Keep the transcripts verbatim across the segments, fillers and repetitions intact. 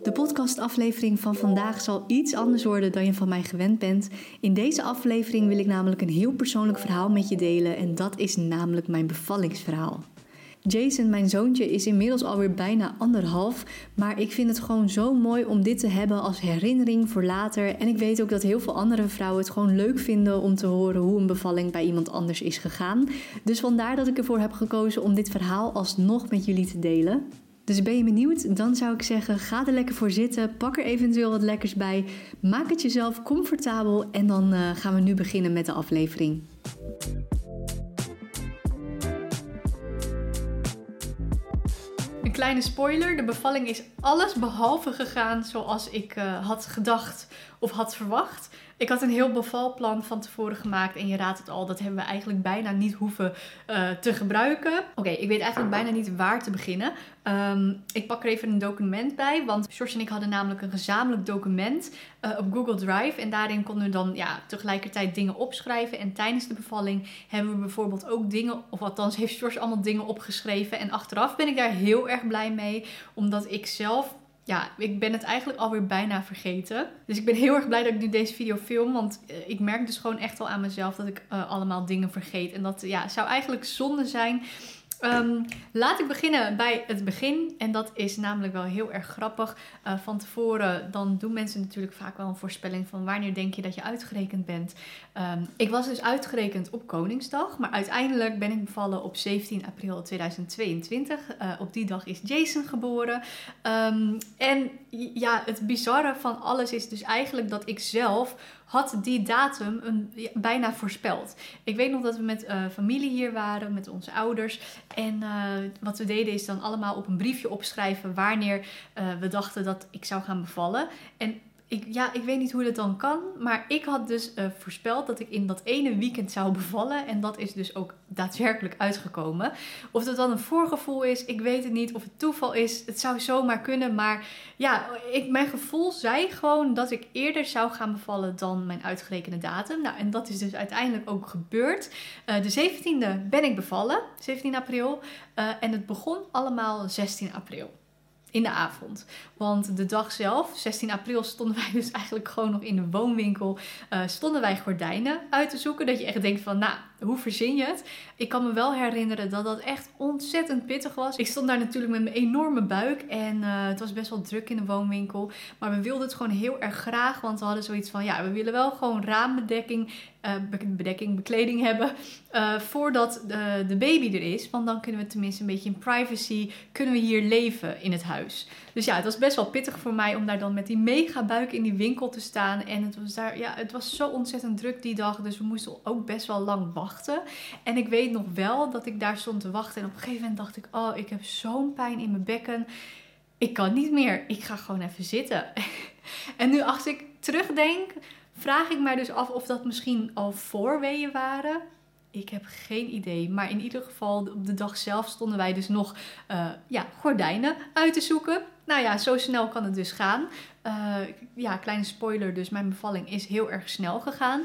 De podcastaflevering van vandaag zal iets anders worden dan je van mij gewend bent. In deze aflevering wil ik namelijk een heel persoonlijk verhaal met je delen en dat is namelijk mijn bevallingsverhaal. Jason, mijn zoontje, is inmiddels alweer bijna anderhalf, maar ik vind het gewoon zo mooi om dit te hebben als herinnering voor later. En ik weet ook dat heel veel andere vrouwen het gewoon leuk vinden om te horen hoe een bevalling bij iemand anders is gegaan. Dus vandaar dat ik ervoor heb gekozen om dit verhaal alsnog met jullie te delen. Dus ben je benieuwd? Dan zou ik zeggen, ga er lekker voor zitten, pak er eventueel wat lekkers bij, maak het jezelf comfortabel en dan uh, gaan we nu beginnen met de aflevering. Een kleine spoiler, de bevalling is alles behalve gegaan zoals ik uh, had gedacht of had verwacht. Ik had een heel bevalplan van tevoren gemaakt en je raadt het al, dat hebben we eigenlijk bijna niet hoeven uh, te gebruiken. Oké, okay, ik weet eigenlijk bijna niet waar te beginnen. Um, ik pak er even een document bij, want George en ik hadden namelijk een gezamenlijk document uh, op Google Drive. En daarin konden we dan ja, tegelijkertijd dingen opschrijven. En tijdens de bevalling hebben we bijvoorbeeld ook dingen, of althans heeft George allemaal dingen opgeschreven. En achteraf ben ik daar heel erg blij mee, omdat ik zelf... Ja, ik ben het eigenlijk alweer bijna vergeten. Dus ik ben heel erg blij dat ik nu deze video film. Want uh, ik merk dus gewoon echt wel aan mezelf dat ik uh, allemaal dingen vergeet. En dat ja, zou eigenlijk zonde zijn. Um, laat ik beginnen bij het begin. En dat is namelijk wel heel erg grappig. Uh, van tevoren dan doen mensen natuurlijk vaak wel een voorspelling van wanneer denk je dat je uitgerekend bent. Um, ik was dus uitgerekend op Koningsdag. Maar uiteindelijk ben ik bevallen op zeventien april tweeduizend tweeëntwintig. Uh, op die dag is Jason geboren. Um, en ja, het bizarre van alles is dus eigenlijk dat ik zelf had die datum een, ja, bijna voorspeld. Ik weet nog dat we met uh, familie hier waren, met onze ouders. En uh, wat we deden is dan allemaal op een briefje opschrijven wanneer uh, we dachten dat ik zou gaan bevallen. En ik, ja, ik weet niet hoe dat dan kan, maar ik had dus uh, voorspeld dat ik in dat ene weekend zou bevallen. En dat is dus ook daadwerkelijk uitgekomen. Of dat dan een voorgevoel is, ik weet het niet. Of het toeval is, het zou zomaar kunnen. Maar ja, ik, mijn gevoel zei gewoon dat ik eerder zou gaan bevallen dan mijn uitgerekende datum. Nou, en dat is dus uiteindelijk ook gebeurd. Uh, de zeventiende ben ik bevallen, zeventien april. Uh, en het begon allemaal zestien april. In de avond. Want de dag zelf, zestien april, stonden wij dus eigenlijk gewoon nog in de woonwinkel. Uh, stonden wij gordijnen uit te zoeken. Dat je echt denkt van, nou, hoe verzin je het? Ik kan me wel herinneren dat dat echt ontzettend pittig was. Ik stond daar natuurlijk met mijn enorme buik. En uh, het was best wel druk in de woonwinkel. Maar we wilden het gewoon heel erg graag. Want we hadden zoiets van, ja, we willen wel gewoon raambedekking, uh, bedekking, bekleding hebben. Uh, voordat de, de baby er is. Want dan kunnen we tenminste een beetje in privacy, kunnen we hier leven in het huis. Dus ja, het was best wel pittig voor mij om daar dan met die mega buik in die winkel te staan. En het was daar, ja, het was zo ontzettend druk die dag. Dus we moesten ook best wel lang wachten. En ik weet nog wel dat ik daar stond te wachten. En op een gegeven moment dacht ik, oh, ik heb zo'n pijn in mijn bekken. Ik kan niet meer. Ik ga gewoon even zitten. En nu als ik terugdenk, vraag ik mij dus af of dat misschien al voorweeën waren. Ik heb geen idee. Maar in ieder geval, op de dag zelf stonden wij dus nog uh, ja, gordijnen uit te zoeken. Nou ja, zo snel kan het dus gaan. Uh, ja, kleine spoiler dus. Mijn bevalling is heel erg snel gegaan.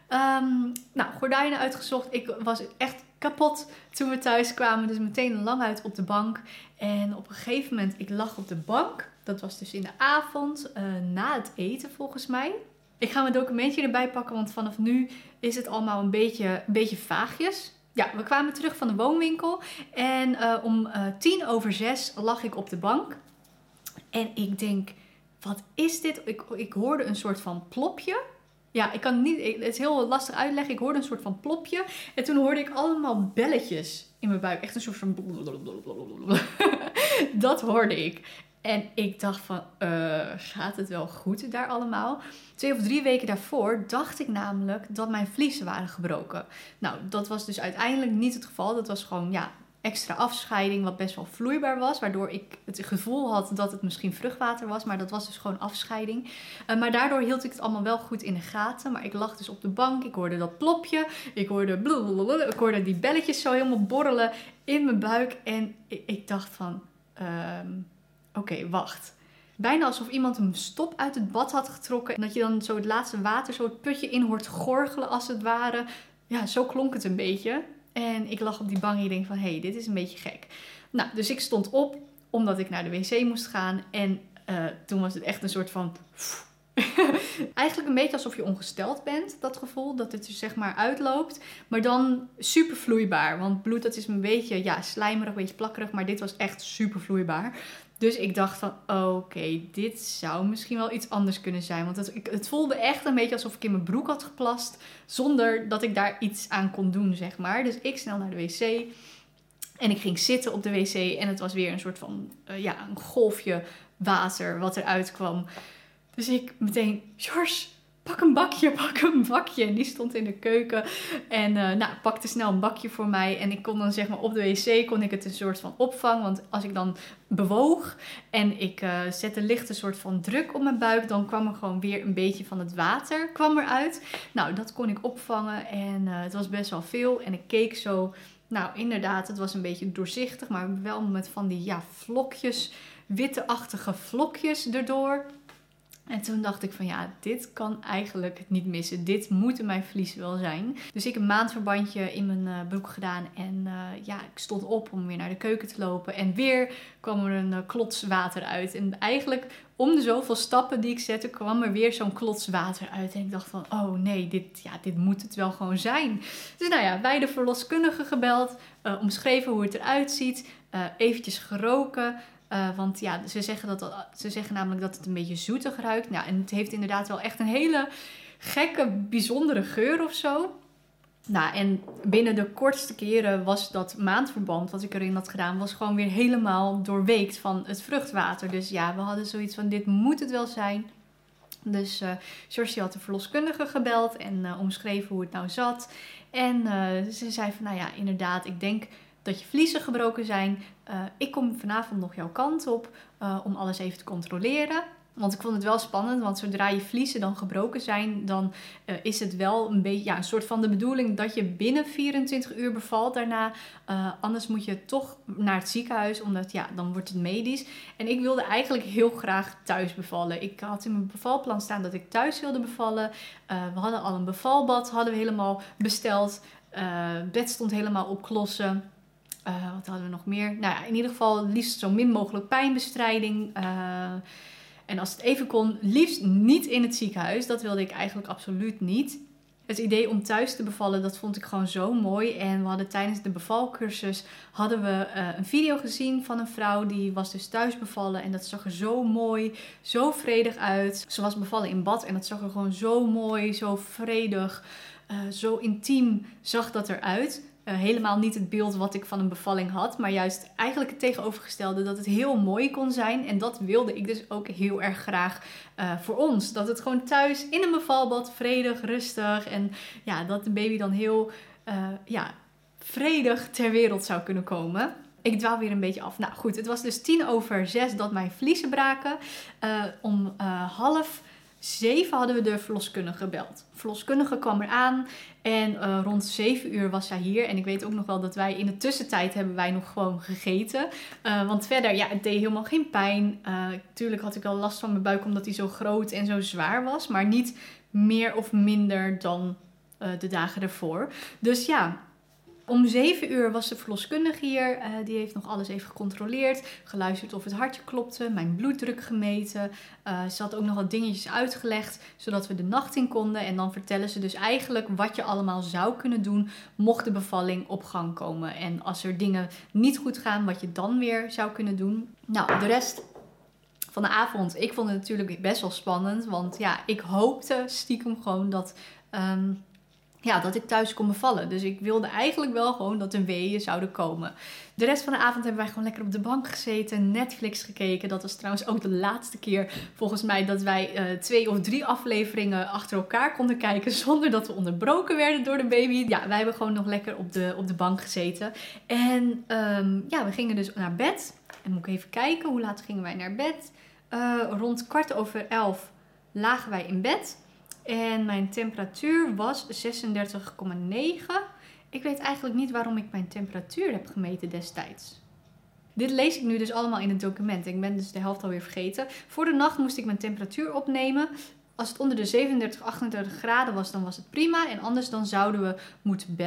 Um, nou, gordijnen uitgezocht. Ik was echt kapot toen we thuis kwamen. Dus meteen lang uit op de bank. En op een gegeven moment, ik lag op de bank. Dat was dus in de avond, uh, na het eten volgens mij. Ik ga mijn documentje erbij pakken, want vanaf nu is het allemaal een beetje, een beetje vaagjes. Ja, we kwamen terug van de woonwinkel en uh, om uh, tien over zes lag ik op de bank. En ik denk, wat is dit? Ik, ik hoorde een soort van plopje. Ja, ik kan het niet, het is heel lastig uitleggen. Ik hoorde een soort van plopje en toen hoorde ik allemaal belletjes in mijn buik. Echt een soort van... Dat hoorde ik. En ik dacht van, uh, gaat het wel goed daar allemaal? Twee of drie weken daarvoor dacht ik namelijk dat mijn vliezen waren gebroken. Nou, dat was dus uiteindelijk niet het geval. Dat was gewoon, ja, extra afscheiding wat best wel vloeibaar was. Waardoor ik het gevoel had dat het misschien vruchtwater was. Maar dat was dus gewoon afscheiding. Uh, maar daardoor hield ik het allemaal wel goed in de gaten. Maar ik lag dus op de bank. Ik hoorde dat plopje. Ik hoorde, blablabla, ik hoorde die belletjes zo helemaal borrelen in mijn buik. En ik, ik dacht van... Um, Oké, okay, wacht. Bijna alsof iemand een stop uit het bad had getrokken. En dat je dan zo het laatste water zo het putje in hoort gorgelen als het ware. Ja, zo klonk het een beetje. En ik lag op die bank en ik denk van, hé, hey, dit is een beetje gek. Nou, dus ik stond op omdat ik naar de wc moest gaan. En Uh, toen was het echt een soort van... Eigenlijk een beetje alsof je ongesteld bent, dat gevoel. Dat het er zeg maar uitloopt. Maar dan super vloeibaar. Want bloed, dat is een beetje ja, slijmerig, een beetje plakkerig. Maar dit was echt super vloeibaar. Dus ik dacht van, oké, okay, dit zou misschien wel iets anders kunnen zijn. Want het, ik, het voelde echt een beetje alsof ik in mijn broek had geplast. Zonder dat ik daar iets aan kon doen, zeg maar. Dus ik snel naar de wc. En ik ging zitten op de wc. En het was weer een soort van, uh, ja, een golfje water wat eruit kwam. Dus ik meteen, George, pak een bakje, pak een bakje. En die stond in de keuken en uh, nou, pakte snel een bakje voor mij. En ik kon dan zeg maar op de wc, kon ik het een soort van opvangen. Want als ik dan bewoog en ik uh, zette licht een soort van druk op mijn buik, dan kwam er gewoon weer een beetje van het water kwam eruit. Nou, dat kon ik opvangen en uh, het was best wel veel. En ik keek zo, nou inderdaad, het was een beetje doorzichtig, maar wel met van die ja, vlokjes, witte-achtige vlokjes erdoor. En toen dacht ik van ja, dit kan eigenlijk niet missen. Dit moeten mijn vliezen wel zijn. Dus ik een maandverbandje in mijn uh, broek gedaan. En uh, ja, ik stond op om weer naar de keuken te lopen. En weer kwam er een uh, klots water uit. En eigenlijk om de zoveel stappen die ik zette, kwam er weer zo'n klots water uit. En ik dacht van, oh nee, dit, ja, dit moet het wel gewoon zijn. Dus nou ja, bij de verloskundige gebeld. Uh, omschreven hoe het eruit ziet. Uh, eventjes geroken. Uh, want ja, ze zeggen, dat, ze zeggen namelijk dat het een beetje zoetig ruikt. Nou, en het heeft inderdaad wel echt een hele gekke, bijzondere geur of zo. Nou, en binnen de kortste keren was dat maandverband wat ik erin had gedaan, was gewoon weer helemaal doorweekt van het vruchtwater. Dus ja, we hadden zoiets van, dit moet het wel zijn. Dus uh, Georgie had de verloskundige gebeld en uh, omschreven hoe het nou zat. En uh, ze zei van, nou ja, inderdaad, ik denk dat je vliezen gebroken zijn. Uh, ik kom vanavond nog jouw kant op uh, om alles even te controleren. Want ik vond het wel spannend, want zodra je vliezen dan gebroken zijn, dan uh, is het wel een beetje ja, een soort van de bedoeling dat je binnen vierentwintig uur bevalt daarna. Uh, anders moet je toch naar het ziekenhuis, omdat ja, dan wordt het medisch. En ik wilde eigenlijk heel graag thuis bevallen. Ik had in mijn bevalplan staan dat ik thuis wilde bevallen. Uh, we hadden al een bevalbad, hadden we helemaal besteld. Uh, het bed stond helemaal op klossen. Uh, wat hadden we nog meer? Nou ja, in ieder geval liefst zo min mogelijk pijnbestrijding. Uh, en als het even kon, liefst niet in het ziekenhuis. Dat wilde ik eigenlijk absoluut niet. Het idee om thuis te bevallen, dat vond ik gewoon zo mooi. En we hadden tijdens de bevalcursus hadden we uh, een video gezien van een vrouw. Die was dus thuis bevallen. En dat zag er zo mooi, zo vredig uit. Ze was bevallen in bad en dat zag er gewoon zo mooi, zo vredig, uh, zo intiem zag dat eruit. Uh, helemaal niet het beeld wat ik van een bevalling had. Maar juist eigenlijk het tegenovergestelde. Dat het heel mooi kon zijn. En dat wilde ik dus ook heel erg graag uh, voor ons. Dat het gewoon thuis in een bevalbad vredig, rustig. En ja, dat de baby dan heel uh, ja, vredig ter wereld zou kunnen komen. Ik dwaal weer een beetje af. Nou goed, het was dus tien over zes dat mijn vliezen braken. Uh, om uh, half... Zeven hadden we de verloskundige gebeld. De verloskundige kwam eraan en uh, rond zeven uur was zij hier. En ik weet ook nog wel dat wij in de tussentijd hebben wij nog gewoon gegeten. Uh, want verder, ja, het deed helemaal geen pijn. Uh, tuurlijk had ik wel last van mijn buik omdat hij zo groot en zo zwaar was. Maar niet meer of minder dan uh, de dagen ervoor. Dus ja... Om zeven uur was de verloskundige hier. Uh, die heeft nog alles even gecontroleerd. Geluisterd of het hartje klopte. Mijn bloeddruk gemeten. Uh, ze had ook nog wat dingetjes uitgelegd. Zodat we de nacht in konden. En dan vertellen ze dus eigenlijk wat je allemaal zou kunnen doen. Mocht de bevalling op gang komen. En als er dingen niet goed gaan. Wat je dan weer zou kunnen doen. Nou, de rest van de avond. Ik vond het natuurlijk best wel spannend. Want ja, ik hoopte stiekem gewoon dat... Um, Ja, dat ik thuis kon bevallen. Dus ik wilde eigenlijk wel gewoon dat de weeën zouden komen. De rest van de avond hebben wij gewoon lekker op de bank gezeten. Netflix gekeken. Dat was trouwens ook de laatste keer volgens mij dat wij uh, twee of drie afleveringen achter elkaar konden kijken. Zonder dat we onderbroken werden door de baby. Ja, wij hebben gewoon nog lekker op de, op de bank gezeten. En um, ja, we gingen dus naar bed. En moet ik even kijken, hoe laat gingen wij naar bed? Uh, rond kwart over elf lagen wij in bed. En mijn temperatuur was zesendertig komma negen. Ik weet eigenlijk niet waarom ik mijn temperatuur heb gemeten destijds. Dit lees ik nu dus allemaal in het document. Ik ben dus de helft alweer vergeten. Voor de nacht moest ik mijn temperatuur opnemen. Als het onder de zevenendertig, achtendertig graden was, dan was het prima. En anders dan zouden we moeten bellen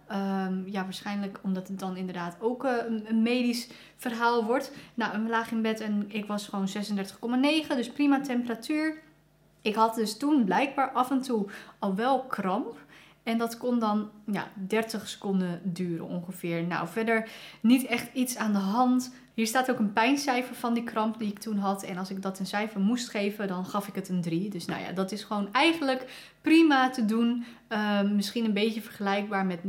Um, ja, waarschijnlijk omdat het dan inderdaad ook uh, een, een medisch verhaal wordt. Nou, we lagen in bed en ik was gewoon zesendertig komma negen, dus prima temperatuur. Ik had dus toen blijkbaar af en toe al wel kramp. En dat kon dan ja, dertig seconden duren ongeveer. Nou, verder niet echt iets aan de hand. Hier staat ook een pijncijfer van die kramp die ik toen had. En als ik dat een cijfer moest geven, dan gaf ik het een drie. Dus nou ja, dat is gewoon eigenlijk prima te doen. Uh, misschien een beetje vergelijkbaar met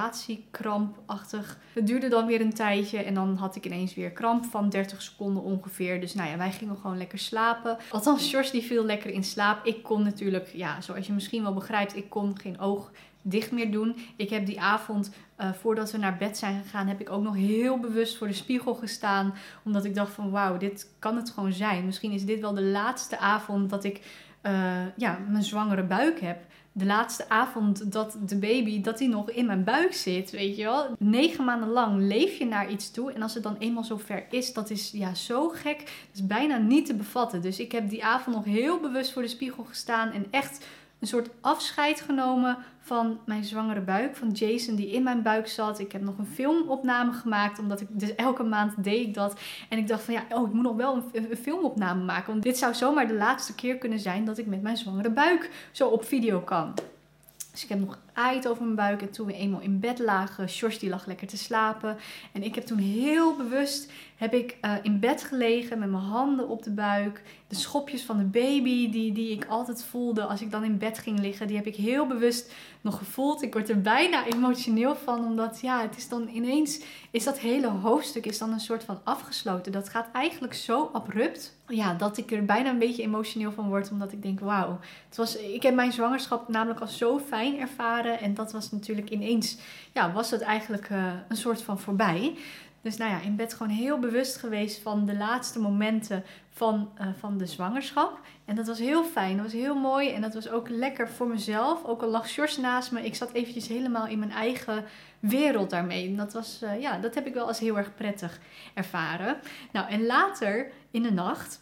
menstruatiekrampachtig. Het duurde dan weer een tijdje en dan had ik ineens weer kramp van dertig seconden ongeveer. Dus nou ja, wij gingen gewoon lekker slapen. Althans, George die viel lekker in slaap. Ik kon natuurlijk, ja, zoals je misschien wel begrijpt, ik kon geen oog dicht meer doen. Ik heb die avond, uh, voordat we naar bed zijn gegaan, heb ik ook nog heel bewust voor de spiegel gestaan. Omdat ik dacht van wauw, dit kan het gewoon zijn. Misschien is dit wel de laatste avond dat ik uh, ja, mijn zwangere buik heb. De laatste avond dat de baby, dat hij nog in mijn buik zit, weet je wel. Negen maanden lang leef je naar iets toe. En als het dan eenmaal zo ver is, dat is ja zo gek. Dat is bijna niet te bevatten. Dus ik heb die avond nog heel bewust voor de spiegel gestaan en echt een soort afscheid genomen van mijn zwangere buik, van Jason die in mijn buik zat. Ik heb nog een filmopname gemaakt, omdat ik dus elke maand deed ik dat. En ik dacht van ja, oh, ik moet nog wel een, een filmopname maken. Want dit zou zomaar de laatste keer kunnen zijn dat ik met mijn zwangere buik zo op video kan. Dus ik heb nog geaaid over mijn buik. En toen we eenmaal in bed lagen, George die lag lekker te slapen. En ik heb toen heel bewust heb ik, uh, in bed gelegen met mijn handen op de buik. De schopjes van de baby die, die ik altijd voelde als ik dan in bed ging liggen. Die heb ik heel bewust nog gevoeld. Ik word er bijna emotioneel van. Omdat ja, het is dan ineens, is dat hele hoofdstuk is dan een soort van afgesloten. Dat gaat eigenlijk zo abrupt. Ja, dat ik er bijna een beetje emotioneel van word. Omdat ik denk, wauw. Het was, ik heb mijn zwangerschap namelijk al zo fijn ervaren. En dat was natuurlijk ineens, ja, was het eigenlijk uh, een soort van voorbij. Dus nou ja, in bed gewoon heel bewust geweest van de laatste momenten van, uh, van de zwangerschap. En dat was heel fijn, dat was heel mooi. En dat was ook lekker voor mezelf. Ook al lag George naast me, ik zat eventjes helemaal in mijn eigen wereld daarmee. En dat, was, uh, ja, dat heb ik wel als heel erg prettig ervaren. Nou, en later in de nacht,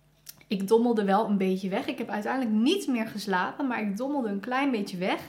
ik dommelde wel een beetje weg. Ik heb uiteindelijk niet meer geslapen, maar ik dommelde een klein beetje weg.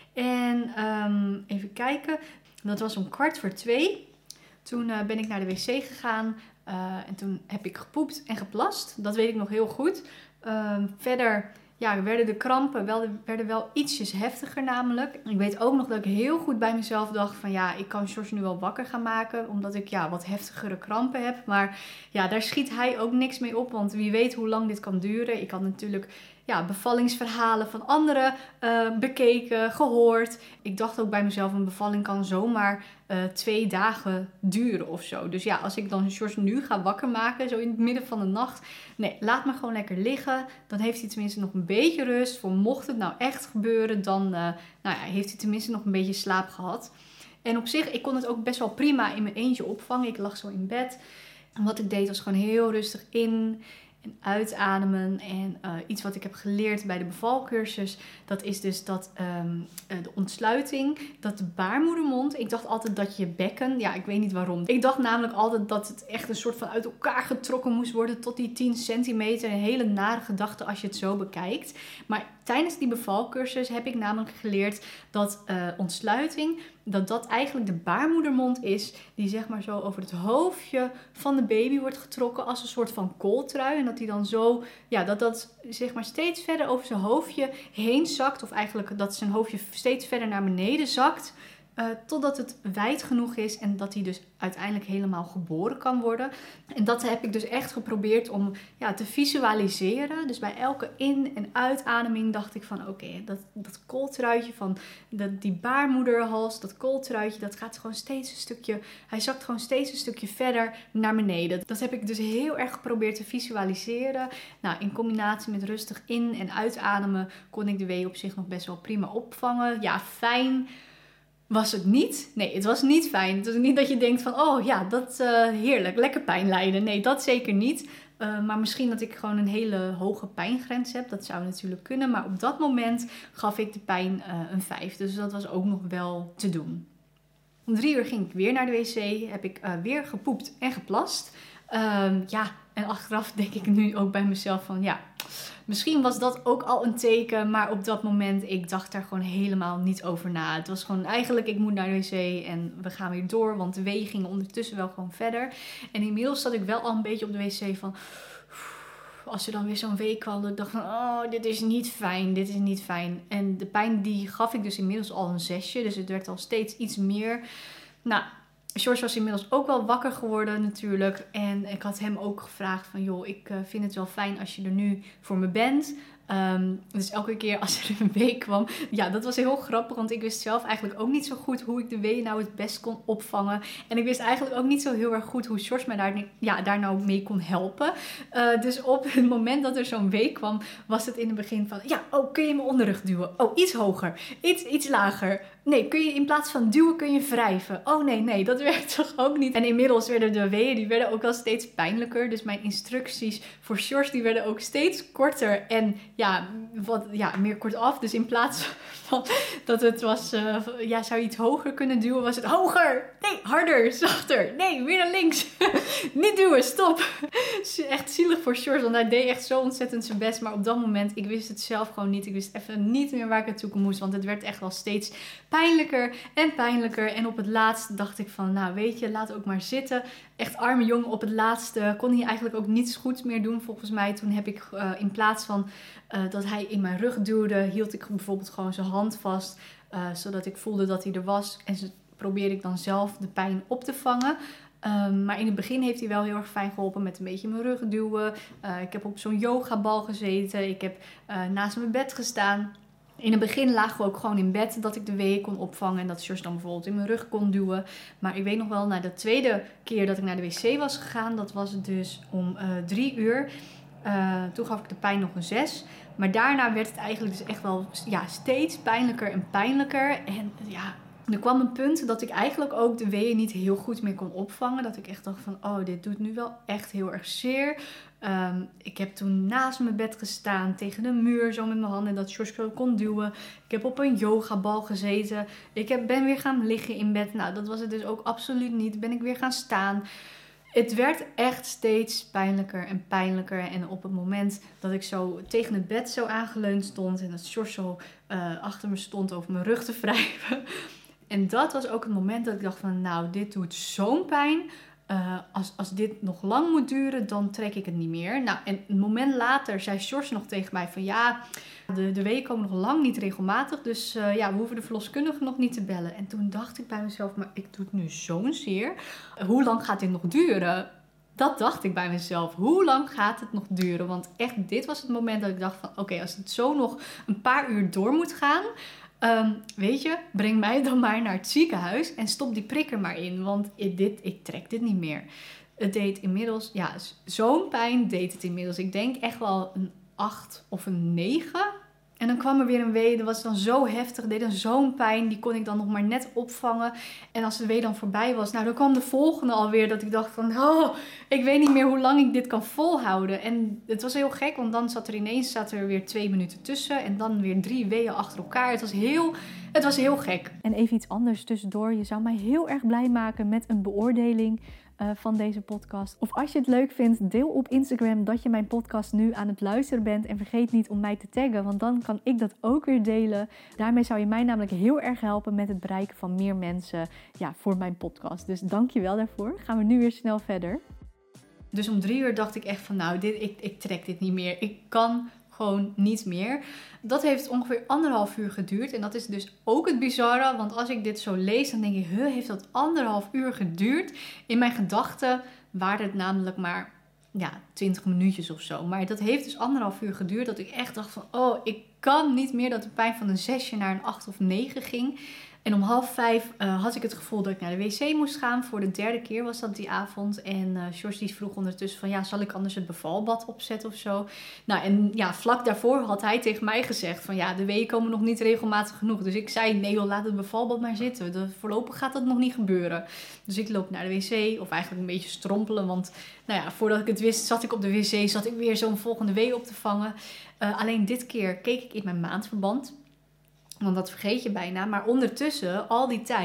En um, even kijken, dat was om kwart voor twee. Toen uh, ben ik naar de wc gegaan uh, en toen heb ik gepoept en geplast. Dat weet ik nog heel goed. Uh, verder ja, werden de krampen wel, werden wel ietsjes heftiger namelijk. Ik weet ook nog dat ik heel goed bij mezelf dacht van ja, ik kan George nu wel wakker gaan maken. Omdat ik ja, wat heftigere krampen heb. Maar ja, daar schiet hij ook niks mee op. Want wie weet hoe lang dit kan duren. Ik had natuurlijk ja, bevallingsverhalen van anderen uh, bekeken, gehoord. Ik dacht ook bij mezelf, een bevalling kan zomaar uh, twee dagen duren of zo. Dus ja, als ik dan George nu ga wakker maken, zo in het midden van de nacht. Nee, laat me gewoon lekker liggen. Dan heeft hij tenminste nog een beetje rust. Voor mocht het nou echt gebeuren, dan uh, nou ja, heeft hij tenminste nog een beetje slaap gehad. En op zich, ik kon het ook best wel prima in mijn eentje opvangen. Ik lag zo in bed. En wat ik deed was gewoon heel rustig in en uitademen. En uh, iets wat ik heb geleerd bij de bevalcursus, dat is dus dat um, uh, de ontsluiting, dat de baarmoedermond, ik dacht altijd dat je bekken, ja, ik weet niet waarom. Ik dacht namelijk altijd dat het echt een soort van uit elkaar getrokken moest worden tot die tien centimeter. Een hele nare gedachte als je het zo bekijkt. Maar tijdens die bevalcursus heb ik namelijk geleerd dat uh, ontsluiting, dat dat eigenlijk de baarmoedermond is die zeg maar zo over het hoofdje van de baby wordt getrokken als een soort van kooltrui. En dat die dan zo, ja, dat dat zeg maar steeds verder over zijn hoofdje heen zakt. Of eigenlijk dat zijn hoofdje steeds verder naar beneden zakt. Uh, totdat het wijd genoeg is en dat hij dus uiteindelijk helemaal geboren kan worden. En dat heb ik dus echt geprobeerd om ja, te visualiseren. Dus bij elke in- en uitademing dacht ik van oké, okay, dat, dat kooltruitje van dat, die baarmoederhals, dat kooltruitje, dat gaat gewoon steeds een stukje, hij zakt gewoon steeds een stukje verder naar beneden. Dat heb ik dus heel erg geprobeerd te visualiseren. Nou, in combinatie met rustig in- en uitademen kon ik de wee op zich nog best wel prima opvangen. Ja, fijn was het niet. Nee, het was niet fijn. Het was niet dat je denkt van, oh ja, dat uh, heerlijk, lekker pijn lijden. Nee, dat zeker niet. Uh, maar misschien dat ik gewoon een hele hoge pijngrens heb. Dat zou natuurlijk kunnen. Maar op dat moment gaf ik de pijn uh, een vijf. Dus dat was ook nog wel te doen. Om drie uur ging ik weer naar de wc. Heb ik uh, weer gepoept en geplast. Uh, ja, en achteraf denk ik nu ook bij mezelf van, ja, misschien was dat ook al een teken. Maar op dat moment, ik dacht daar gewoon helemaal niet over na. Het was gewoon eigenlijk, ik moet naar de wc en we gaan weer door. Want de wee ging ondertussen wel gewoon verder. En inmiddels zat ik wel al een beetje op de wc van... Als er dan weer zo'n wee kwam, dacht ik van, oh, dit is niet fijn, dit is niet fijn. En de pijn die gaf ik dus inmiddels al een zesje. Dus het werd al steeds iets meer. Nou, George was inmiddels ook wel wakker geworden natuurlijk. En ik had hem ook gevraagd van, joh, ik uh, vind het wel fijn als je er nu voor me bent. Um, dus elke keer als er een wee kwam, ja, dat was heel grappig, want ik wist zelf eigenlijk ook niet zo goed hoe ik de wee nou het best kon opvangen. En ik wist eigenlijk ook niet zo heel erg goed hoe George mij daar, ja, daar nou mee kon helpen. Uh, dus op het moment dat er zo'n wee kwam, was het in het begin van, ja, oh, kun je me onderrug duwen? Oh, iets hoger, iets, iets lager. Nee, kun je in plaats van duwen, kun je wrijven. Oh nee, nee, dat werkt toch ook niet. En inmiddels werden de weeën, die werden ook wel steeds pijnlijker. Dus mijn instructies voor George, die werden ook steeds korter en ja, wat, ja, meer kortaf. Dus in plaats van dat het was, uh, ja, zou je iets hoger kunnen duwen, was het hoger. Nee, harder, zachter. Nee, weer naar links. Niet duwen, stop. Echt zielig voor George, want hij deed echt zo ontzettend zijn best. Maar op dat moment, ik wist het zelf gewoon niet. Ik wist even niet meer waar ik naartoe moest, want het werd echt wel steeds pijnlijker en pijnlijker. En op het laatst dacht ik van, nou weet je, laat ook maar zitten. Echt arme jongen, op het laatste kon hij eigenlijk ook niets goeds meer doen volgens mij. Toen heb ik uh, in plaats van uh, dat hij in mijn rug duwde, hield ik bijvoorbeeld gewoon zijn hand vast. Uh, zodat ik voelde dat hij er was. En zo probeerde ik dan zelf de pijn op te vangen. Um, maar in het begin heeft hij wel heel erg fijn geholpen met een beetje mijn rug duwen. Uh, ik heb op zo'n yogabal gezeten. Ik heb uh, naast mijn bed gestaan. In het begin lagen we ook gewoon in bed dat ik de weeën kon opvangen. En dat George dan bijvoorbeeld in mijn rug kon duwen. Maar ik weet nog wel, na de tweede keer dat ik naar de wc was gegaan. Dat was dus om uh, drie uur. Uh, toen gaf ik de pijn nog een zes. Maar daarna werd het eigenlijk dus echt wel ja, steeds pijnlijker en pijnlijker. En ja, er kwam een punt dat ik eigenlijk ook de weeën niet heel goed meer kon opvangen. Dat ik echt dacht van, oh, dit doet nu wel echt heel erg zeer. Um, ik heb toen naast mijn bed gestaan, tegen de muur, zo met mijn handen, dat George kon duwen. Ik heb op een yogabal gezeten. Ik heb, ben weer gaan liggen in bed. Nou, dat was het dus ook absoluut niet. Ben ik weer gaan staan. Het werd echt steeds pijnlijker en pijnlijker. En op het moment dat ik zo tegen het bed zo aangeleund stond en dat George zo uh, achter me stond over mijn rug te wrijven. En dat was ook het moment dat ik dacht van, nou, dit doet zo'n pijn. Uh, als, als dit nog lang moet duren, dan trek ik het niet meer. Nou, en een moment later zei George nog tegen mij van, ja, de, de weeën komen nog lang niet regelmatig. Dus uh, ja, we hoeven de verloskundige nog niet te bellen. En toen dacht ik bij mezelf, maar ik doe het nu zo'n zeer. Uh, hoe lang gaat dit nog duren? Dat dacht ik bij mezelf. Hoe lang gaat het nog duren? Want echt, dit was het moment dat ik dacht van, oké, okay, als het zo nog een paar uur door moet gaan, Um, weet je, breng mij dan maar naar het ziekenhuis en stop die prik er maar in. Want ik, dit, ik trek dit niet meer. Het deed inmiddels, ja, zo'n pijn deed het inmiddels. Ik denk echt wel een acht of een negen. En dan kwam er weer een wee, dat was dan zo heftig, deed dan zo'n pijn, die kon ik dan nog maar net opvangen. En als de wee dan voorbij was, nou dan kwam de volgende alweer, dat ik dacht van, oh, ik weet niet meer hoe lang ik dit kan volhouden. En het was heel gek, want dan zat er ineens zat er weer twee minuten tussen en dan weer drie weeën achter elkaar. Het was heel, het was heel gek. En even iets anders tussendoor, je zou mij heel erg blij maken met een beoordeling Uh, van deze podcast. Of als je het leuk vindt, deel op Instagram dat je mijn podcast nu aan het luisteren bent. En vergeet niet om mij te taggen, want dan kan ik dat ook weer delen. Daarmee zou je mij namelijk heel erg helpen met het bereiken van meer mensen ja, voor mijn podcast. Dus dank je wel daarvoor. Gaan we nu weer snel verder. Dus om drie uur dacht ik echt van, nou, dit, ik, ik trek dit niet meer. Ik kan gewoon niet meer. Dat heeft ongeveer anderhalf uur geduurd. En dat is dus ook het bizarre. Want als ik dit zo lees, dan denk ik, huh, heeft dat anderhalf uur geduurd? In mijn gedachten waren het namelijk maar ja, twintig minuutjes of zo. Maar dat heeft dus anderhalf uur geduurd. Dat ik echt dacht van, oh, ik kan niet meer, dat de pijn van een zesje naar een acht of negen ging. En om half vijf uh, had ik het gevoel dat ik naar de wc moest gaan. Voor de derde keer was dat die avond. En uh, George die vroeg ondertussen van, ja, zal ik anders het bevalbad opzetten of zo? Nou, en ja, vlak daarvoor had hij tegen mij gezegd van, ja, de weeën komen nog niet regelmatig genoeg. Dus ik zei, nee joh, laat het bevalbad maar zitten. De, voorlopig gaat dat nog niet gebeuren. Dus ik loop naar de wc, of eigenlijk een beetje strompelen. Want, nou ja, voordat ik het wist, zat ik op de wc, zat ik weer zo'n volgende wee op te vangen. Uh, alleen dit keer keek ik in mijn maandverband. Want dat vergeet je bijna. Maar ondertussen, al die tijd,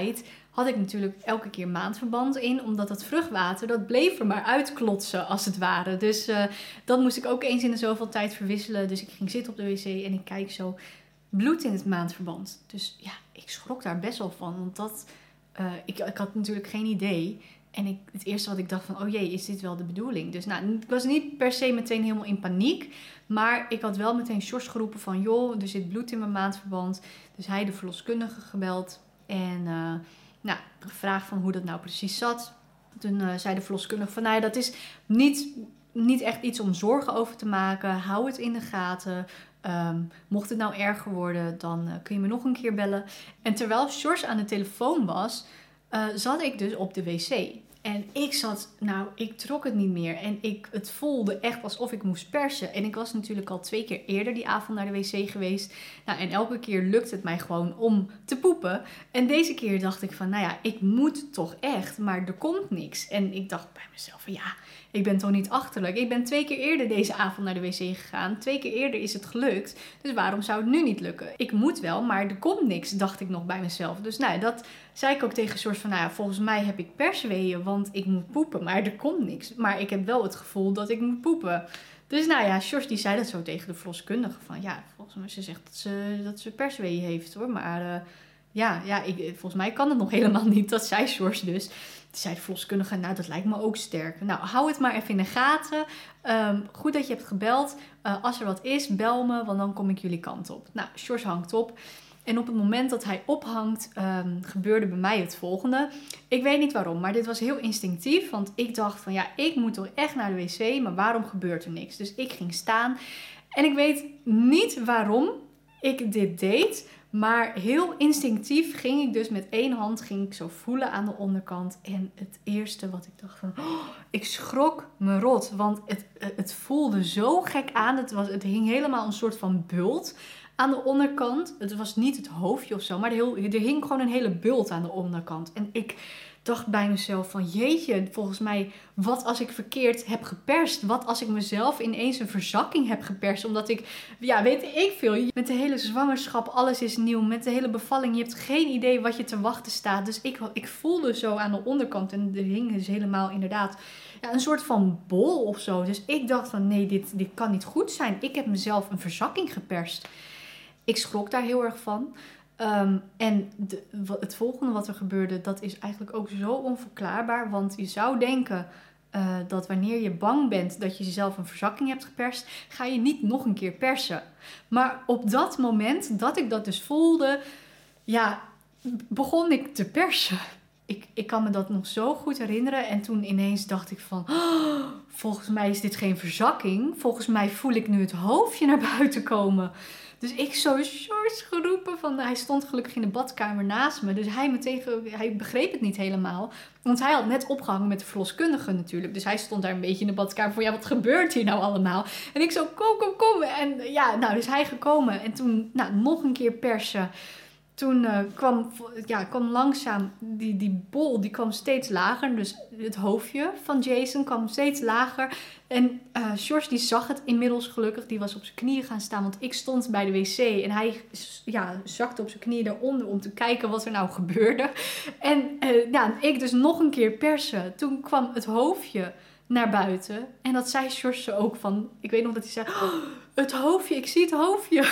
had ik natuurlijk elke keer maandverband in. Omdat dat vruchtwater, dat bleef er maar uitklotsen als het ware. Dus uh, dat moest ik ook eens in de zoveel tijd verwisselen. Dus ik ging zitten op de wc en ik kijk zo bloed in het maandverband. Dus ja, ik schrok daar best wel van. Want dat, uh, ik, ik had natuurlijk geen idee. En ik, het eerste wat ik dacht van, oh jee, is dit wel de bedoeling? Dus nou, ik was niet per se meteen helemaal in paniek. Maar ik had wel meteen Sjors geroepen van, joh, er zit bloed in mijn maandverband. Dus hij de verloskundige gebeld. En uh, nou, gevraagd van hoe dat nou precies zat. Toen uh, zei de verloskundige van, nou ja, dat is niet, niet echt iets om zorgen over te maken. Hou het in de gaten. Um, mocht het nou erger worden, dan uh, kun je me nog een keer bellen. En terwijl Sjors aan de telefoon was, uh, zat ik dus op de wc. En ik zat, nou, ik trok het niet meer. En ik, het voelde echt alsof ik moest persen. En ik was natuurlijk al twee keer eerder die avond naar de wc geweest. Nou, en elke keer lukt het mij gewoon om te poepen. En deze keer dacht ik van, nou ja, ik moet toch echt, maar er komt niks. En ik dacht bij mezelf van, ja, ik ben toch niet achterlijk. Ik ben twee keer eerder deze avond naar de wc gegaan. Twee keer eerder is het gelukt. Dus waarom zou het nu niet lukken? Ik moet wel, maar er komt niks, dacht ik nog bij mezelf. Dus nou, dat zei ik ook tegen Sjors van, nou ja, volgens mij heb ik persweeën, want ik moet poepen. Maar er komt niks. Maar ik heb wel het gevoel dat ik moet poepen. Dus nou ja, Sjors die zei dat zo tegen de verloskundige. Van ja, volgens mij ze zegt dat ze, dat ze persweeën heeft hoor. Maar uh, ja, ja ik, volgens mij kan het nog helemaal niet. Dat zei Sjors dus. Toen zei de verloskundige, nou dat lijkt me ook sterk. Nou, hou het maar even in de gaten. Um, goed dat je hebt gebeld. Uh, als er wat is, bel me, want dan kom ik jullie kant op. Nou, Sjors hangt op. En op het moment dat hij ophangt, um, gebeurde bij mij het volgende. Ik weet niet waarom, maar dit was heel instinctief. Want ik dacht van, ja, ik moet toch echt naar de wc, maar waarom gebeurt er niks? Dus ik ging staan. En ik weet niet waarom ik dit deed. Maar heel instinctief ging ik dus met één hand ging ik zo voelen aan de onderkant. En het eerste wat ik dacht van, oh, ik schrok me rot. Want het, het voelde zo gek aan. Het, was, het hing helemaal een soort van bult aan de onderkant. Het was niet het hoofdje of zo, maar er, heel, er hing gewoon een hele bult aan de onderkant. En ik dacht bij mezelf van, jeetje, volgens mij, wat als ik verkeerd heb geperst? Wat als ik mezelf ineens een verzakking heb geperst? Omdat ik, ja, weet ik veel. Met de hele zwangerschap, alles is nieuw. Met de hele bevalling, je hebt geen idee wat je te wachten staat. Dus ik, ik voelde zo aan de onderkant en er hing dus helemaal inderdaad ja, een soort van bol of zo. Dus ik dacht van, nee, dit, dit kan niet goed zijn. Ik heb mezelf een verzakking geperst. Ik schrok daar heel erg van. Um, en de, het volgende wat er gebeurde, dat is eigenlijk ook zo onverklaarbaar. Want je zou denken uh, dat wanneer je bang bent dat je jezelf een verzakking hebt geperst, ga je niet nog een keer persen. Maar op dat moment dat ik dat dus voelde, ja, begon ik te persen. Ik, ik kan me dat nog zo goed herinneren. En toen ineens dacht ik van, oh, volgens mij is dit geen verzakking. Volgens mij voel ik nu het hoofdje naar buiten komen. Dus ik zo Sjors geroepen van, hij stond gelukkig in de badkamer naast me. Dus hij meteen, hij begreep het niet helemaal. Want hij had net opgehangen met de verloskundige natuurlijk. Dus hij stond daar een beetje in de badkamer van, ja, wat gebeurt hier nou allemaal? En ik zo, kom, kom, kom. En ja, nou, dus hij gekomen. En toen, nou, nog een keer persen. Toen uh, kwam, ja, kwam langzaam, die, die bol, die kwam steeds lager. Dus het hoofdje van Jason kwam steeds lager. En uh, Sjors die zag het inmiddels gelukkig. Die was op zijn knieën gaan staan, want ik stond bij de wc. En hij ja, zakte op zijn knieën daaronder om te kijken wat er nou gebeurde. En uh, ja, ik dus nog een keer persen. Toen kwam het hoofdje naar buiten. En dat zei Sjors ook van, ik weet nog dat hij zei, oh, het hoofdje, ik zie het hoofdje.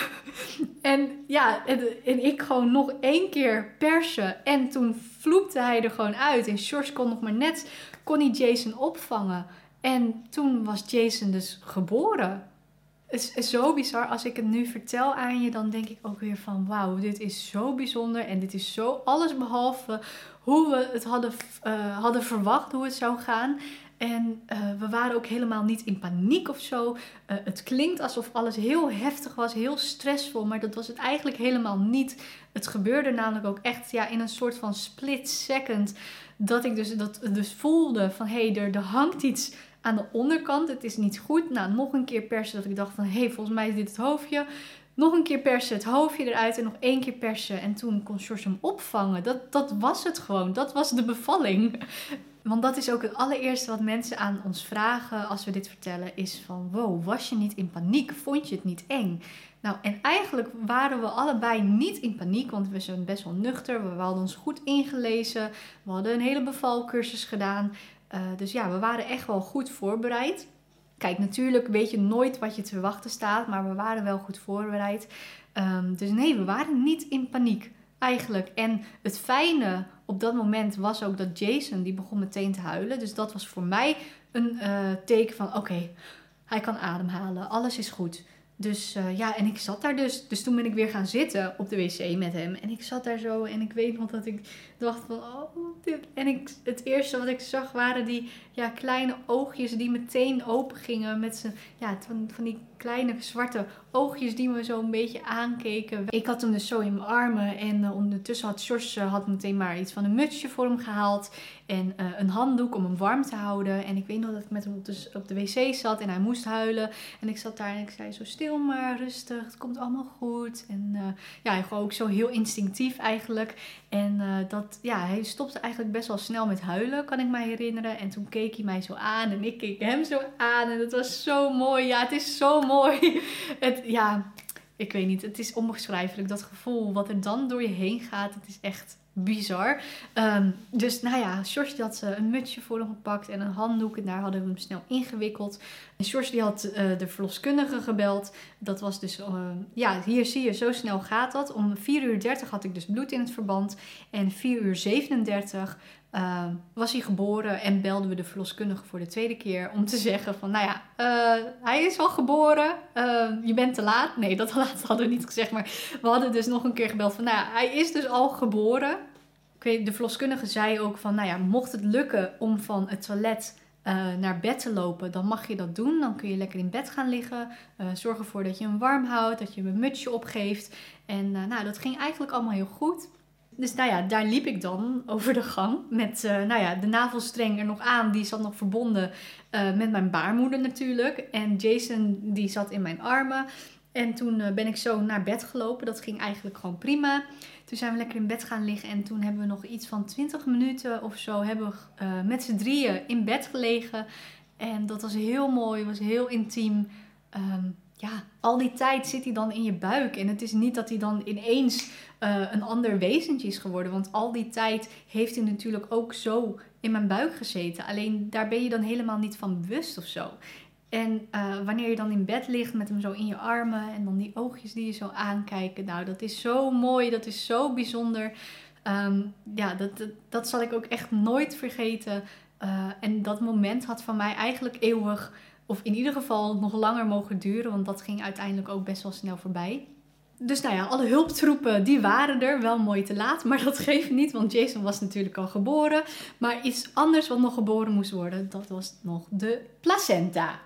En ja, en, en ik gewoon nog één keer persen. En toen vloepte hij er gewoon uit. En Sjors kon nog maar net, kon hij Jason opvangen. En toen was Jason dus geboren. Het is zo bizar. Als ik het nu vertel aan je, dan denk ik ook weer van, wauw, dit is zo bijzonder. En dit is zo allesbehalve hoe we het hadden, uh, hadden verwacht, hoe het zou gaan. En uh, we waren ook helemaal niet in paniek of zo. Uh, het klinkt alsof alles heel heftig was, heel stressvol. Maar dat was het eigenlijk helemaal niet. Het gebeurde namelijk ook echt ja, in een soort van split second. Dat ik dus, dat, dus voelde van, hé, hey, er, er hangt iets aan de onderkant. Het is niet goed. Nou, nog een keer persen. Dat ik dacht van, hé, hey, volgens mij is dit het hoofdje. Nog een keer persen, het hoofdje eruit en nog één keer persen. En toen kon Sjors hem opvangen. Dat, dat was het gewoon. Dat was de bevalling. Want dat is ook het allereerste wat mensen aan ons vragen als we dit vertellen. Is van, wow, was je niet in paniek? Vond je het niet eng? Nou, en eigenlijk waren we allebei niet in paniek. Want we zijn best wel nuchter. We hadden ons goed ingelezen. We hadden een hele bevalcursus gedaan. Uh, dus ja, we waren echt wel goed voorbereid. Kijk, natuurlijk weet je nooit wat je te wachten staat. Maar we waren wel goed voorbereid. Um, dus nee, we waren niet in paniek. Eigenlijk. En het fijne op dat moment was ook dat Jason, die begon meteen te huilen. Dus dat was voor mij een uh, teken van, oké, okay, hij kan ademhalen. Alles is goed. Dus uh, ja, en ik zat daar dus. Dus toen ben ik weer gaan zitten op de wc met hem. En ik zat daar zo en ik weet nog dat ik dacht van, oh, dit. En ik, het eerste wat ik zag waren die ja, kleine oogjes die meteen open gingen. Met z'n, ja, van, van die kleine zwarte oogjes die me zo een beetje aankeken. Ik had hem dus zo in mijn armen. En uh, ondertussen had Sjors uh, had meteen maar iets van een mutsje voor hem gehaald. En uh, een handdoek om hem warm te houden. En ik weet nog dat ik met hem op de, op de wc zat en hij moest huilen. En ik zat daar en ik zei zo stil maar, rustig, het komt allemaal goed. En uh, ja, gewoon ook zo heel instinctief eigenlijk. En uh, dat, ja, hij stopte eigenlijk best wel snel met huilen, kan ik me herinneren. En toen keek hij mij zo aan en ik keek hem zo aan. En het was zo mooi. Ja, het is zo mooi. Het, ja, ik weet niet, het is onbeschrijfelijk. Dat gevoel wat er dan door je heen gaat, het is echt bizar. Um, dus nou ja, Sjors die had uh, een mutsje voor hem gepakt en een handdoek. En daar hadden we hem snel ingewikkeld. En Sjors die had uh, de verloskundige gebeld. Dat was dus, uh, ja, hier zie je, zo snel gaat dat. Om vier uur dertig had ik dus bloed in het verband. En vier uur zevenendertig uh, was hij geboren. En belden we de verloskundige voor de tweede keer om te zeggen van, nou ja, uh, hij is al geboren. Uh, je bent te laat. Nee, dat laatste hadden we niet gezegd. Maar we hadden dus nog een keer gebeld van, nou ja, hij is dus al geboren. Ik weet, de verloskundige zei ook van, nou ja, mocht het lukken om van het toilet uh, naar bed te lopen, dan mag je dat doen. Dan kun je lekker in bed gaan liggen. Uh, zorg ervoor dat je hem warm houdt, dat je hem een mutsje opgeeft. En uh, nou, dat ging eigenlijk allemaal heel goed. Dus nou ja, daar liep ik dan over de gang met uh, nou ja, de navelstreng er nog aan. Die zat nog verbonden uh, met mijn baarmoeder natuurlijk. En Jason die zat in mijn armen. En toen uh, ben ik zo naar bed gelopen. Dat ging eigenlijk gewoon prima. Toen zijn we lekker in bed gaan liggen. En toen hebben we nog iets van twintig minuten of zo hebben we uh, met z'n drieën in bed gelegen. En dat was heel mooi. Was heel intiem. Um, ja, al die tijd zit hij dan in je buik. En het is niet dat hij dan ineens uh, een ander wezentje is geworden. Want al die tijd heeft hij natuurlijk ook zo in mijn buik gezeten. Alleen daar ben je dan helemaal niet van bewust of zo. En uh, wanneer je dan in bed ligt met hem zo in je armen en dan die oogjes die je zo aankijken. Nou, dat is zo mooi, dat is zo bijzonder. Um, ja, dat, dat, dat zal ik ook echt nooit vergeten. Uh, en dat moment had van mij eigenlijk eeuwig, of in ieder geval nog langer mogen duren. Want dat ging uiteindelijk ook best wel snel voorbij. Dus nou ja, alle hulptroepen die waren er, wel mooi te laat. Maar dat geeft niet, want Jason was natuurlijk al geboren. Maar iets anders wat nog geboren moest worden, dat was nog de placenta.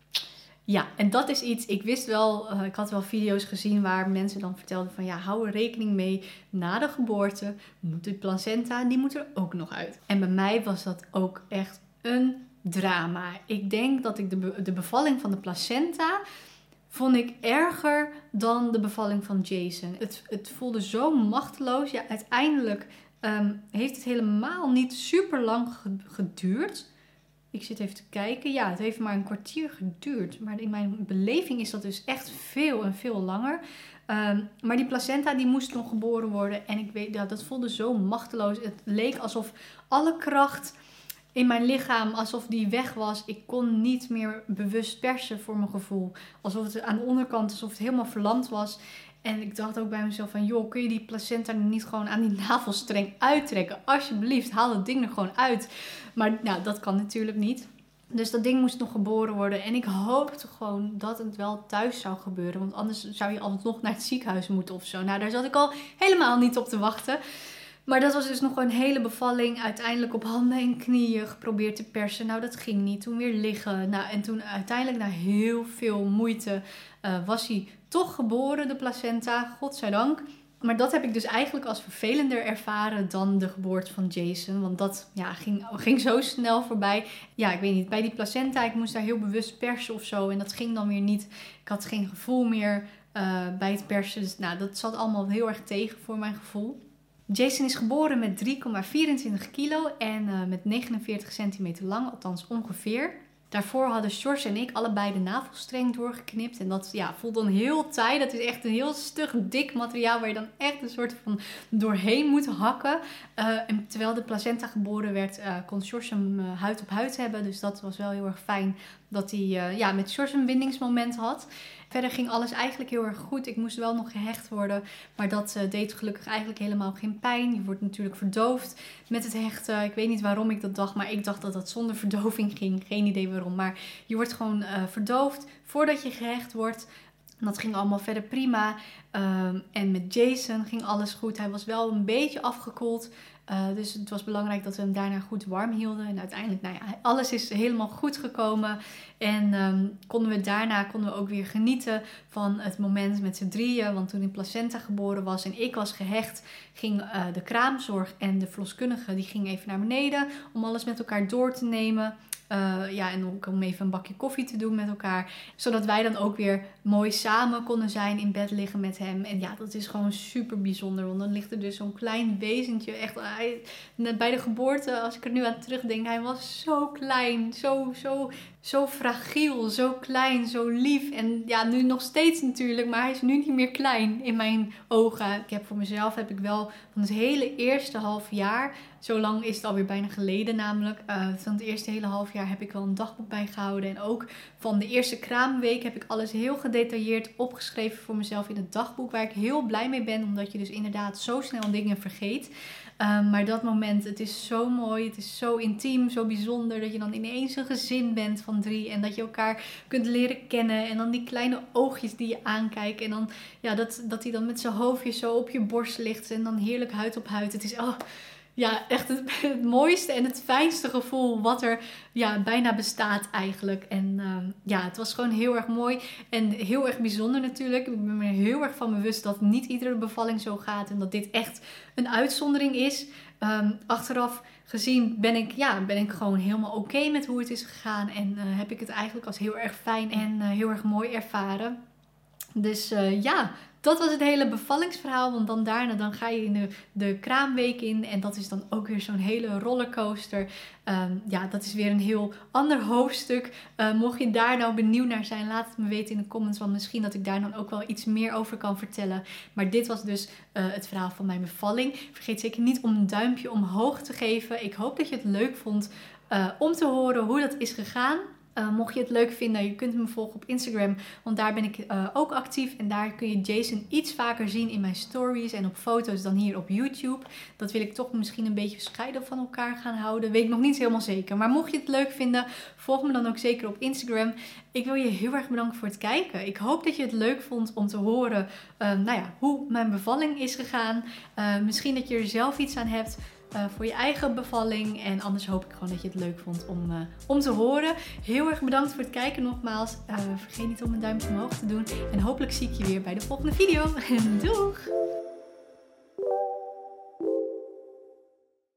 Ja, en dat is iets, ik wist wel, uh, ik had wel video's gezien waar mensen dan vertelden van ja, hou er rekening mee, na de geboorte moet de placenta, die moet er ook nog uit. En bij mij was dat ook echt een drama. Ik denk dat ik de, be- de bevalling van de placenta vond ik erger dan de bevalling van Jason. Het, het voelde zo machteloos. Ja, uiteindelijk um, heeft het helemaal niet super lang geduurd. Ik zit even te kijken. Ja, het heeft maar een kwartier geduurd. Maar in mijn beleving is dat dus echt veel en veel langer. Um, maar die placenta die moest nog geboren worden. En ik weet, ja, dat voelde zo machteloos. Het leek alsof alle kracht in mijn lichaam, alsof die weg was. Ik kon niet meer bewust persen voor mijn gevoel. Alsof het aan de onderkant, alsof het helemaal verlamd was. En ik dacht ook bij mezelf van, joh, kun je die placenta niet gewoon aan die navelstreng uittrekken? Alsjeblieft, haal dat ding er gewoon uit. Maar nou, dat kan natuurlijk niet. Dus dat ding moest nog geboren worden. En ik hoopte gewoon dat het wel thuis zou gebeuren. Want anders zou je alsnog naar het ziekenhuis moeten of zo. Nou, daar zat ik al helemaal niet op te wachten. Maar dat was dus nog een hele bevalling. Uiteindelijk op handen en knieën geprobeerd te persen. Nou, dat ging niet. Toen weer liggen. Nou, en toen uiteindelijk na heel veel moeite uh, was hij toch geboren, de placenta. Godzijdank. Maar dat heb ik dus eigenlijk als vervelender ervaren dan de geboorte van Jason. Want dat ja, ging, ging zo snel voorbij. Ja, ik weet niet. Bij die placenta, ik moest daar heel bewust persen of zo. En dat ging dan weer niet. Ik had geen gevoel meer uh, bij het persen. Dus nou, dat zat allemaal heel erg tegen voor mijn gevoel. Jason is geboren met drie komma vierentwintig kilo en uh, met negenenveertig centimeter lang, althans ongeveer. Daarvoor hadden Sjors en ik allebei de navelstreng doorgeknipt. En dat ja, voelt dan heel taai. Dat is echt een heel stug, dik materiaal waar je dan echt een soort van doorheen moet hakken. Uh, en terwijl de placenta geboren werd, uh, kon Sjors hem uh, huid op huid hebben. Dus dat was wel heel erg fijn dat hij uh, ja, met Sjors een windingsmoment had. Verder ging alles eigenlijk heel erg goed. Ik moest wel nog gehecht worden. Maar dat uh, deed gelukkig eigenlijk helemaal geen pijn. Je wordt natuurlijk verdoofd met het hechten. Ik weet niet waarom ik dat dacht. Maar ik dacht dat dat zonder verdoving ging. Geen idee waarom. Maar je wordt gewoon uh, verdoofd voordat je gehecht wordt. En dat ging allemaal verder prima. Um, en met Jason ging alles goed. Hij was wel een beetje afgekoeld. Uh, dus het was belangrijk dat we hem daarna goed warm hielden. En uiteindelijk, nou ja, alles is helemaal goed gekomen. En um, konden we daarna konden we ook weer genieten van het moment met z'n drieën. Want toen die placenta geboren was en ik was gehecht, ging uh, de kraamzorg en de verloskundige die ging even naar beneden om alles met elkaar door te nemen. Uh, ja, en ook om even een bakje koffie te doen met elkaar. Zodat wij dan ook weer mooi samen konden zijn, in bed liggen met hem. En ja, dat is gewoon super bijzonder. Want dan ligt er dus zo'n klein wezentje. Echt, hij, bij de geboorte, als ik er nu aan terugdenk, hij was zo klein. Zo, zo, zo fragiel, zo klein, zo lief. En ja, nu nog steeds natuurlijk. Maar hij is nu niet meer klein in mijn ogen. Ik heb voor mezelf, heb ik wel van het hele eerste half jaar... Zo lang is het alweer bijna geleden namelijk. Uh, van het eerste hele half jaar heb ik wel een dagboek bijgehouden. En ook van de eerste kraamweek heb ik alles heel gedetailleerd opgeschreven voor mezelf in het dagboek. Waar ik heel blij mee ben, omdat je dus inderdaad zo snel dingen vergeet. Uh, maar dat moment, het is zo mooi, het is zo intiem, zo bijzonder. Dat je dan ineens een gezin bent van drie. En dat je elkaar kunt leren kennen. En dan die kleine oogjes die je aankijken. En dan, ja, dat, dat hij dan met zijn hoofdje zo op je borst ligt. En dan heerlijk huid op huid. Het is... Oh, ja, echt het, het mooiste en het fijnste gevoel wat er ja, bijna bestaat eigenlijk. En uh, ja, het was gewoon heel erg mooi en heel erg bijzonder natuurlijk. Ik ben me heel erg van bewust dat niet iedere bevalling zo gaat en dat dit echt een uitzondering is. Um, achteraf gezien ben ik, ja, ben ik gewoon helemaal oké okay met hoe het is gegaan. En uh, heb ik het eigenlijk als heel erg fijn en uh, heel erg mooi ervaren. Dus uh, ja, dat was het hele bevallingsverhaal. Want dan daarna dan ga je in de, de kraamweek in. En dat is dan ook weer zo'n hele rollercoaster. Um, ja, dat is weer een heel ander hoofdstuk. Uh, mocht je daar nou benieuwd naar zijn, laat het me weten in de comments. Want misschien dat ik daar dan ook wel iets meer over kan vertellen. Maar dit was dus uh, het verhaal van mijn bevalling. Vergeet zeker niet om een duimpje omhoog te geven. Ik hoop dat je het leuk vond uh, om te horen hoe dat is gegaan. Uh, mocht je het leuk vinden, je kunt me volgen op Instagram, want daar ben ik uh, ook actief. En daar kun je Jason iets vaker zien in mijn stories en op foto's dan hier op YouTube. Dat wil ik toch misschien een beetje scheiden van elkaar gaan houden. Weet ik nog niet helemaal zeker. Maar mocht je het leuk vinden, volg me dan ook zeker op Instagram. Ik wil je heel erg bedanken voor het kijken. Ik hoop dat je het leuk vond om te horen uh, nou ja, hoe mijn bevalling is gegaan. Uh, misschien dat je er zelf iets aan hebt. Uh, voor je eigen bevalling. En anders hoop ik gewoon dat je het leuk vond om, uh, om te horen. Heel erg bedankt voor het kijken nogmaals. Uh, vergeet niet om een duimpje omhoog te doen. En hopelijk zie ik je weer bij de volgende video. Doeg!